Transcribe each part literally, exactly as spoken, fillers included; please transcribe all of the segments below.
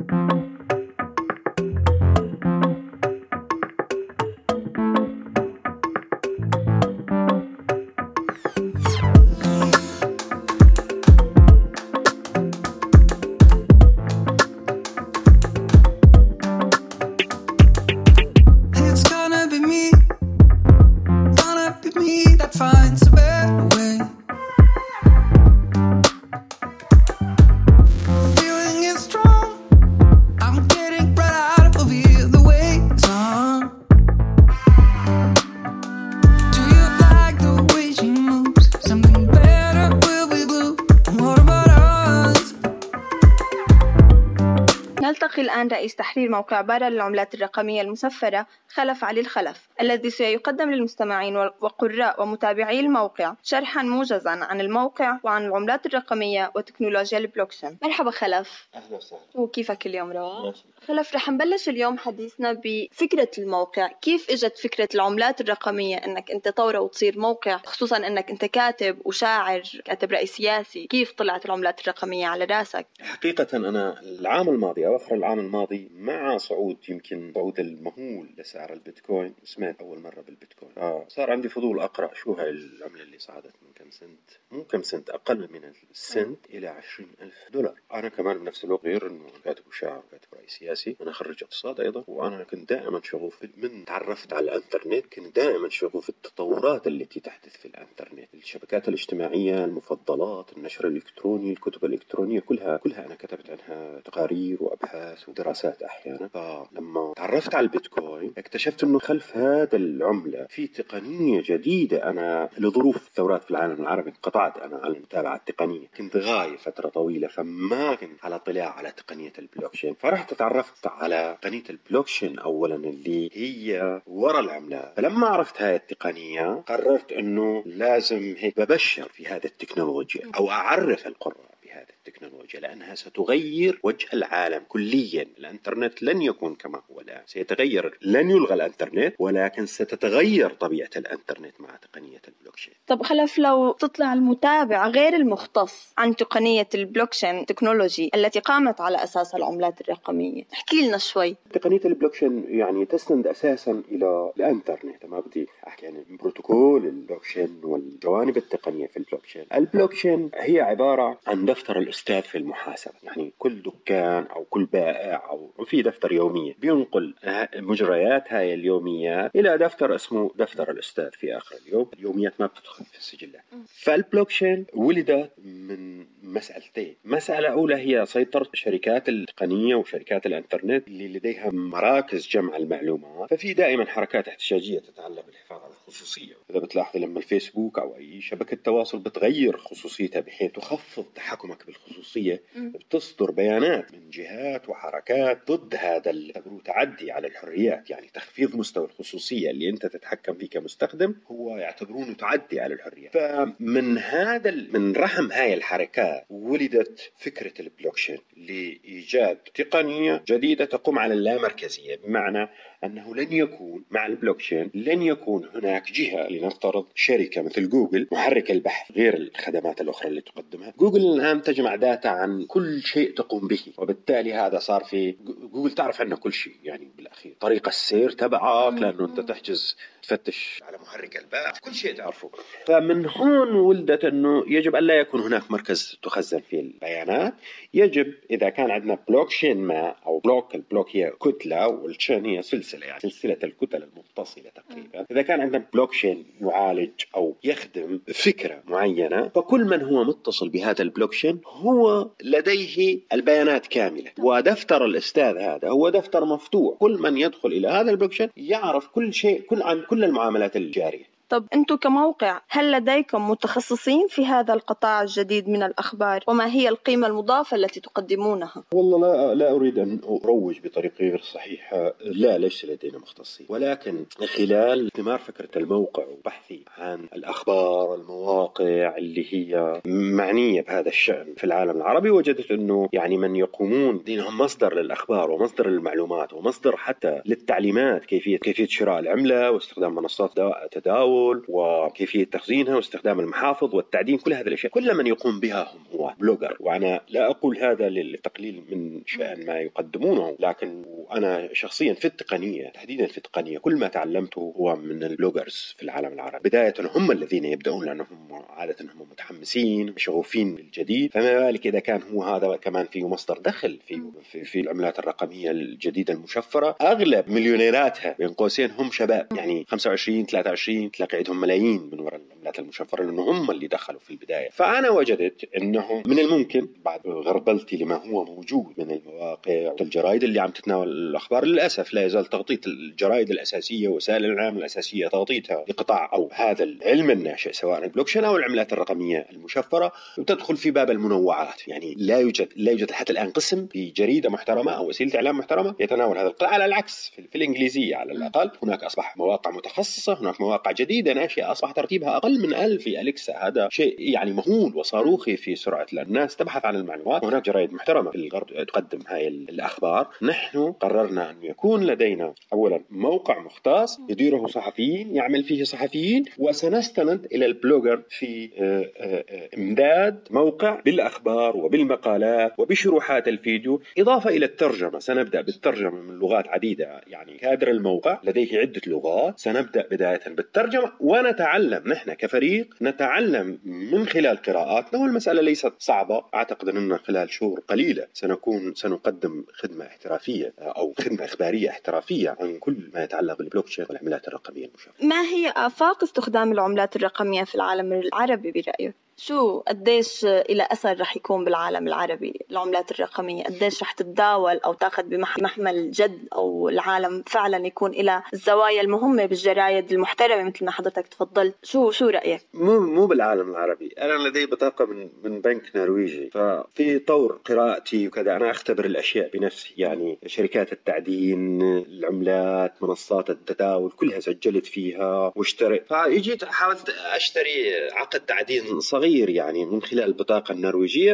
نلتقي الآن رئيس تحرير موقع بارا للعملات الرقمية المسفرة خلف علي الخلف، الذي سيقدم للمستمعين وقراء ومتابعي الموقع شرحا موجزا عن الموقع وعن العملات الرقمية وتكنولوجيا البلوكشين. مرحبا خلف. أهلا وسهلا. وكيفك اليوم روان؟ خلف، رح نبلش اليوم حديثنا بفكرة الموقع. كيف اجت فكرة العملات الرقمية انك انت طورة وتصير موقع، خصوصا انك انت كاتب وشاعر، كاتب رأي سياسي؟ كيف طلعت العملات الرقمية على راسك؟ حقيقة أنا العام الماضي أواخر العام الماضي مع صعود يمكن صعود المهول لسعر البيتكوين سمعت أول مرة بالبيتكوين، آه صار عندي فضول أقرأ شو هاي العملة اللي صعدت من كم سنت، مو كم سنت، أقل من السنت إلى عشرين ألف دولار. أنا كمان بنفس الوقت غير إنه كاتب وشاعر وكاتب رأي سياسي، أنا خريج اقتصاد أيضا، وأنا كنت دائما شغوف من تعرفت على الإنترنت، كنت دائما شغوف التطورات التي تحدث في الإنترنت، الشبكات الاجتماعية، المفضلات، النشر الإلكتروني، الكتب الإلكترونية، كلها كلها أنا كتبت عنها تقارير وأبحاث ودراسات أحيانا. فلما تعرفت على البيتكوين اكتشفت إنه خلف هذا العملة في تقنية جديدة. أنا لظروف الثورات في العالم العربي قطعت أنا عن المتابعة التقنية، كنت غايب فترة طويلة، فما كنت على اطلاع على تقنية البلوكشين. فرحت تعرفت على تقنية البلوكشين أولا اللي هي وراء العملة. فلما عرفت هاي التقنية قررت إنه لازم هيك ببشر في هذا التكنولوجيا أو أعرف القراء بهذا التكنولوجيا، لأنها ستغير وجه العالم كليا. الإنترنت لن يكون كما هو الآن، سيتغير، لن يلغى الإنترنت، ولكن ستتغير طبيعة الإنترنت مع تقنية البلوكشين. طب خلف، لو تطلع المتابع غير المختص عن تقنية البلوكشين تكنولوجي التي قامت على أساس العملات الرقمية، احكي لنا شوي. تقنية البلوكشين يعني تستند أساسا إلى الإنترنت. ما بدي أحكي عن بروتوكول البلوكشين والجوانب التقنية في البلوكشين. البلوكشين هي عبارة عن دفتر الأستاذ في المحاسبة، يعني كل دكان أو كل بائع أو في دفتر يومية بينقل مجريات هاي اليوميات إلى دفتر اسمه دفتر الأستاذ في آخر اليوم. اليوميات ما بتدخل في السجلات. فالبلوكشين ولدت من مسألتين. مسألة أولى هي سيطرة شركات التقنية وشركات الإنترنت اللي لديها مراكز جمع المعلومات، ففي دائما حركات احتجاجية تتعلق بالحفاظ على الخصوصية. إذا بتلاحظ لما الفيسبوك أو أي شبكة تواصل بتغير خصوصيتها بحيث تخفض تحكمك بالخصوصية، بتصدر بيانات من جهات وحركات ضد هذا التعدي على الحريات، يعني تخفيض مستوى الخصوصية اللي أنت تتحكم فيه كمستخدم هو يعتبرونه تعدي على الحرية. فمن هذا من رحم هاي الحركات ولدت فكرة البلوكشين لإيجاد تقنية جديدة تقوم على اللامركزية، بمعنى أنه لن يكون مع البلوكشين لن يكون هناك جهة، لنفترض شركة مثل جوجل محرك البحث غير الخدمات الأخرى اللي تقدمها. جوجل الآن تجمع داتا عن كل شيء تقوم به، وبالتالي هذا صار في جوجل تعرف عنه كل شيء، يعني بالأخير طريقة السير تبعك، لأنه أنت تحجز تفتش على محرك البحث كل شيء تعرفه. فمن هون ولدت أنه يجب أن لا يكون هناك مركز تخزن فيه البيانات. يجب إذا كان عندنا بلوكشين ما أو بلوك، البلوك هي كتلة والشين هي سلسلة، يعني سلسلة الكتل المتصلة تقريبا. إذا كان عندنا بلوكشين يعالج أو يخدم فكرة معينة، فكل من هو متصل بهذا البلوكشين هو لديه البيانات كاملة. ودفتر الأستاذ هذا هو دفتر مفتوح، كل من يدخل إلى هذا البلوكشين يعرف كل شيء، كل عن كل المعاملات الجارية. طب أنتم كموقع هل لديكم متخصصين في هذا القطاع الجديد من الأخبار؟ وما هي القيمة المضافة التي تقدمونها؟ والله لا لا أريد أن أروج بطريقة غير صحيحة، لا ليس لدينا مختصين، ولكن خلال ثمار فكرة الموقع وبحثي عن الأخبار المواقع اللي هي معنية بهذا الشأن في العالم العربي، وجدت أنه يعني من يقومون دينهم مصدر للأخبار ومصدر للمعلومات ومصدر حتى للتعليمات، كيفية كيفية شراء العملة واستخدام منصات تداول الأصول وكيفية تخزينها واستخدام المحافظ والتعدين، كل هذه الأشياء كل من يقوم بها هم هو بلوجر. وأنا لا أقول هذا للتقليل من شأن ما يقدمونه، لكن أنا شخصيا في التقنية تحديدا في التقنية كل ما تعلمته هو من البلوجرز في العالم العربي. بداية هم الذين يبدأون لأنهم عادة هم متحمسين شغوفين بالجديد، فما بالك إذا كان هو هذا كمان فيه مصدر دخل في في, في العملات الرقمية الجديدة المشفرة. أغلب مليونيراتها بين قوسين هم شباب، يعني خمسة وعشرين ثلاثة وعشرين تلاقي عندهم ملايين من وراء العملات المشفرة لأنه هم اللي دخلوا في البداية. فأنا وجدت أنه من الممكن بعد غربلتي لما هو موجود من المواقع والجرائد اللي عم تتناول الأخبار، للأسف لا يزال تغطية الجرائد الأساسية وسائل الإعلام الأساسية تغطيتها لقطاع أو هذا العلم الناشئ سواء البلوكشين أو العملات الرقمية المشفرة، وتدخل في باب المنوعات. يعني لا يوجد لا يوجد حتى الآن قسم في جريدة محترمة أو وسيلة إعلام محترمة يتناول هذا القطاع. على العكس في, في الإنجليزية على الأقل هناك أصبح مواقع متخصصة، هناك مواقع جديدة ناشئة أصبح ترتيبها أقل من ألف في أليكسا. هذا شيء يعني مهول وصاروخي في سرعة الناس تبحث عن المعلومات. هناك جرائد محترمة في الغرب تقدم هاي الأخبار. نحن قررنا أن يكون لدينا أولا موقع مختص يديره صحفيين يعمل فيه صحفيين، وسنستند إلى البلوجر في إمداد موقع بالأخبار وبالمقالات وبشروحات الفيديو، إضافة إلى الترجمة. سنبدأ بالترجمة من لغات عديدة، يعني كادر الموقع لديه عدة لغات. سنبدأ بداية بالترجمة ونتعلم نحن كفريق، نتعلم من خلال قراءاتنا، والمسألة ليست صعبة. أعتقد أننا خلال شهور قليلة سنكون سنقدم خدمة احترافية أو خدمة إخبارية احترافية عن كل ما يتعلق بالبلوكشين والعملات الرقمية المشفرة. ما هي آفاق استخدام العملات الرقمية في العالم العربي برأيك؟ شو قديش إلى أثر رح يكون بالعالم العربي العملات الرقمية؟ قديش رح تتداول أو تأخذ بمحمل جد، أو العالم فعلا يكون إلى الزوايا المهمة بالجرايد المحترمة مثل ما حضرتك تفضلت؟ شو شو رأيك؟ مو مو بالعالم العربي. أنا لدي بطاقة من من بنك نرويجي، ففي طور قراءتي وكذا أنا أختبر الأشياء بنفسي. يعني شركات التعدين، العملات، منصات التداول كلها سجلت فيها واشتريت. فاجيت حاولت أشتري عقد تعدين صغير يعني من خلال البطاقة النرويجية،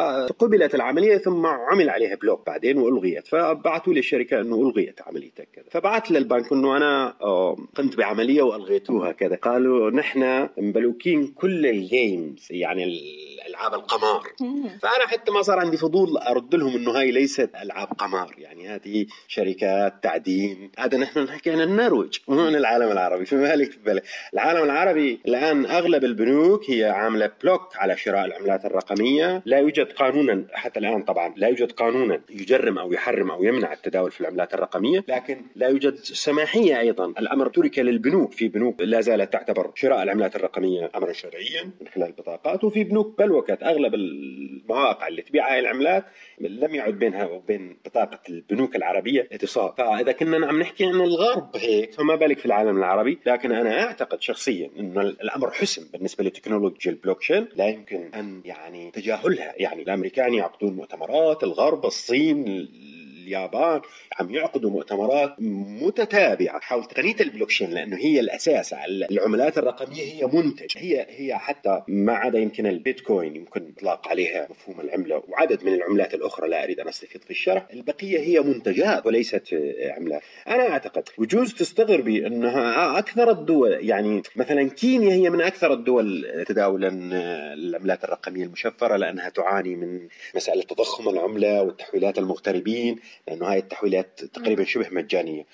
فقبلت العملية ثم عمل عليها بلوك بعدين وألغيت. فبعثوا لي الشركة أنه ألغيت عمليتك كذا، فبعث للبنك أنه أنا قمت بعملية وألغيتوها كذا. قالوا نحن مبلوكين كل الجيمز، يعني ألعاب القمار. فأنا حتى ما صار عندي فضول أرد لهم أنه هاي ليست ألعاب قمار، يعني هذه شركات تعدين. هذا نحن نحكي عن النرويج وهون العالم العربي. في مالك في بالك العالم العربي الآن أغلب البنوك هي عاملة بلوك على شراء العملات الرقمية. لا يوجد قانونا حتى الآن طبعا لا يوجد قانونا يجرم أو يحرم أو يمنع التداول في العملات الرقمية، لكن لا يوجد سماحية أيضا. الأمر ترك للبنوك. في بنوك لا زالت تعتبر شراء العملات الرقمية أمرا شرعيا من خلال البطاقات، وفي بنوك بلوكت. أغلب المواقع اللي تبيع هاي العملات لم يعد بينها وبين بطاقة البنوك العربية اتصال. فإذا كنا عم نحكي عن الغرب هيك فما بالك في العالم العربي. لكن أنا أعتقد شخصيا أن الأمر حسم بالنسبة لتكنولوجيا البلوكشين، لا يمكن أن يعني تجاهلها. يعني الأمريكان يعقدون مؤتمرات، الغرب، الصين، اليابان عم يعقدوا مؤتمرات متتابعة حول تقنية البلوكشين، لأنه هي الأساس. العملات الرقمية هي منتج، هي هي حتى ما عدا يمكن البيتكوين يمكن إطلاق عليها مفهوم العملة، وعدد من العملات الأخرى لا أريد أن أستفيض في الشرح. البقية هي منتجات وليست عملات. أنا أعتقد وجوز تستغربي أنها أكثر الدول، يعني مثلا كينيا هي من أكثر الدول تداولا العملات الرقمية المشفرة، لأنها تعاني من مسألة تضخم العملة والتحويلات المغتربين، لأنه هاي التحويلات تقريبا شبه مجانية.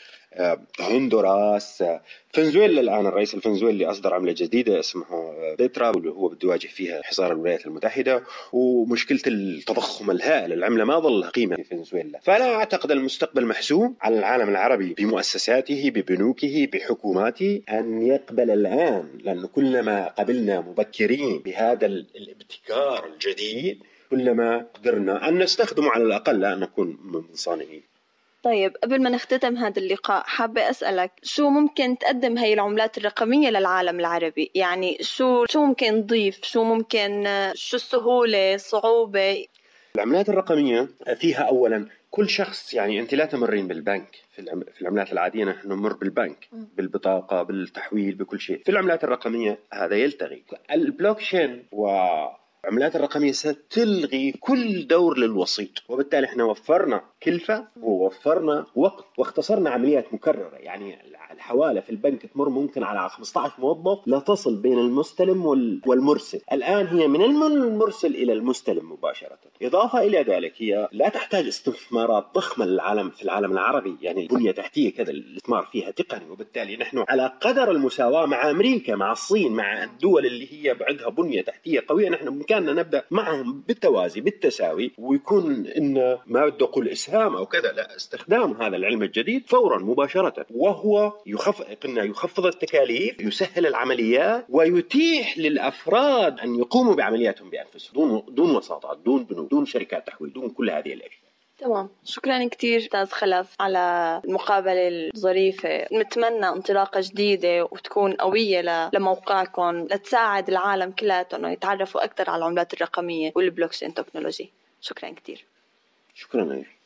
هندوراس، فنزويلا الآن الرئيس الفنزويلي أصدر عملة جديدة اسمها بيترا، واللي هو بده يواجه فيها حصار الولايات المتحدة ومشكلة التضخم الهائل. العملة ما ظل قيمة في فنزويلا. فأنا أعتقد المستقبل محسوم على العالم العربي بمؤسساته، ببنوكه، بحكوماته، أن يقبل الآن، لأنه كلما قبلنا مبكرين بهذا الابتكار الجديد كلما قدرنا أن نستخدمه على الأقل، لا أن نكون من صانعين. طيب قبل ما نختتم هذا اللقاء حابة أسألك شو ممكن تقدم هاي العملات الرقمية للعالم العربي؟ يعني شو شو ممكن نضيف، شو ممكن، شو السهولة، الصعوبة؟ العملات الرقمية فيها أولا كل شخص، يعني أنت لا تمرين بالبنك في العملات العادية، نحن نمر بالبنك بالبطاقة بالتحويل بكل شيء. في العملات الرقمية هذا يلتغي. البلوكشين وعملات الرقمية ستلغي كل دور للوسيط، وبالتالي احنا وفرنا كلفة ووفرنا وقت واختصرنا عمليات مكررة. يعني الحوالة في البنك تمر ممكن على خمسة عشر موظف لا تصل بين المستلم والمرسل. الآن هي من المرسل إلى المستلم مباشرة. إضافة إلى ذلك هي لا تحتاج استثمارات ضخمة للعالم في العالم العربي، يعني بنية تحتية كذا الاستثمار فيها تقني، وبالتالي نحن على قدر المساواة مع أمريكا مع الصين مع الدول اللي هي بعدها بنية تحتية قوية، نحن بإمكاننا نبدأ معهم بالتوازي بالتساوي، ويكون إن ما بدي أقول إسهام أو كذا، لا، استخدام هذا العلم الجديد فورا مباشرة، وهو يخفض قلنا يخفض التكاليف، يسهل العمليات، ويتيح للأفراد أن يقوموا بعملياتهم بأنفسهم دون دون وساطات، دون بنوك، دون شركات تحويل، دون كل هذه الأشياء. تمام، شكرا كتير أستاذ خلف على المقابلة الظريفة. نتمنى انطلاقة جديدة وتكون قوية لموقعكم لتساعد العالم كله أنه يتعرفوا أكثر على العملات الرقمية والبلوكشين تكنولوجي. شكرا كتير. شكرا لك.